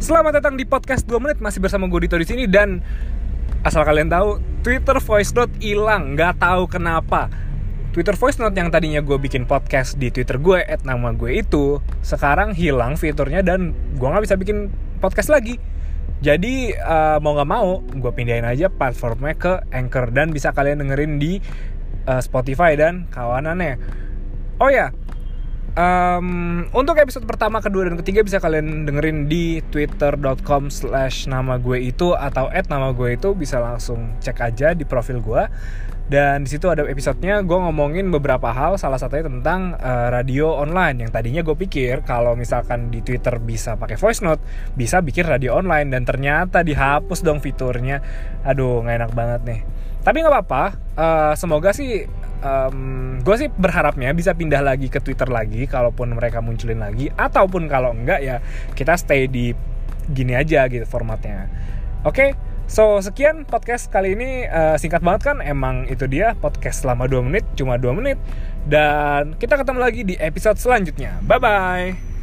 Selamat datang di podcast 2 menit, masih bersama gue Dito di sini. Dan asal kalian tahu, Twitter voice note hilang, nggak tahu kenapa. Twitter voice note yang tadinya gue bikin podcast di Twitter gue @nama gue itu sekarang hilang fiturnya dan gue nggak bisa bikin podcast lagi. Jadi mau nggak mau gue pindahin aja platformnya ke Anchor dan bisa kalian dengerin di Spotify dan kawanannya. Oh ya, untuk episode pertama, kedua, dan ketiga bisa kalian dengerin di twitter.com/nama gue itu atau @nama gue itu, bisa langsung cek aja di profil gue. Dan di situ ada episodenya gue ngomongin beberapa hal, salah satunya tentang radio online yang tadinya gue pikir kalau misalkan di Twitter bisa pakai voice note, bisa bikin radio online, dan ternyata dihapus dong fiturnya. Aduh, nggak enak banget nih. Tapi nggak apa-apa, semoga sih gue sih berharapnya bisa pindah lagi ke Twitter lagi kalaupun mereka munculin lagi, ataupun kalau enggak ya kita stay di gini aja gitu formatnya. Oke, so sekian podcast kali ini, singkat banget kan, emang itu dia podcast selama 2 menit, cuma 2 menit. Dan kita ketemu lagi di episode selanjutnya. Bye bye.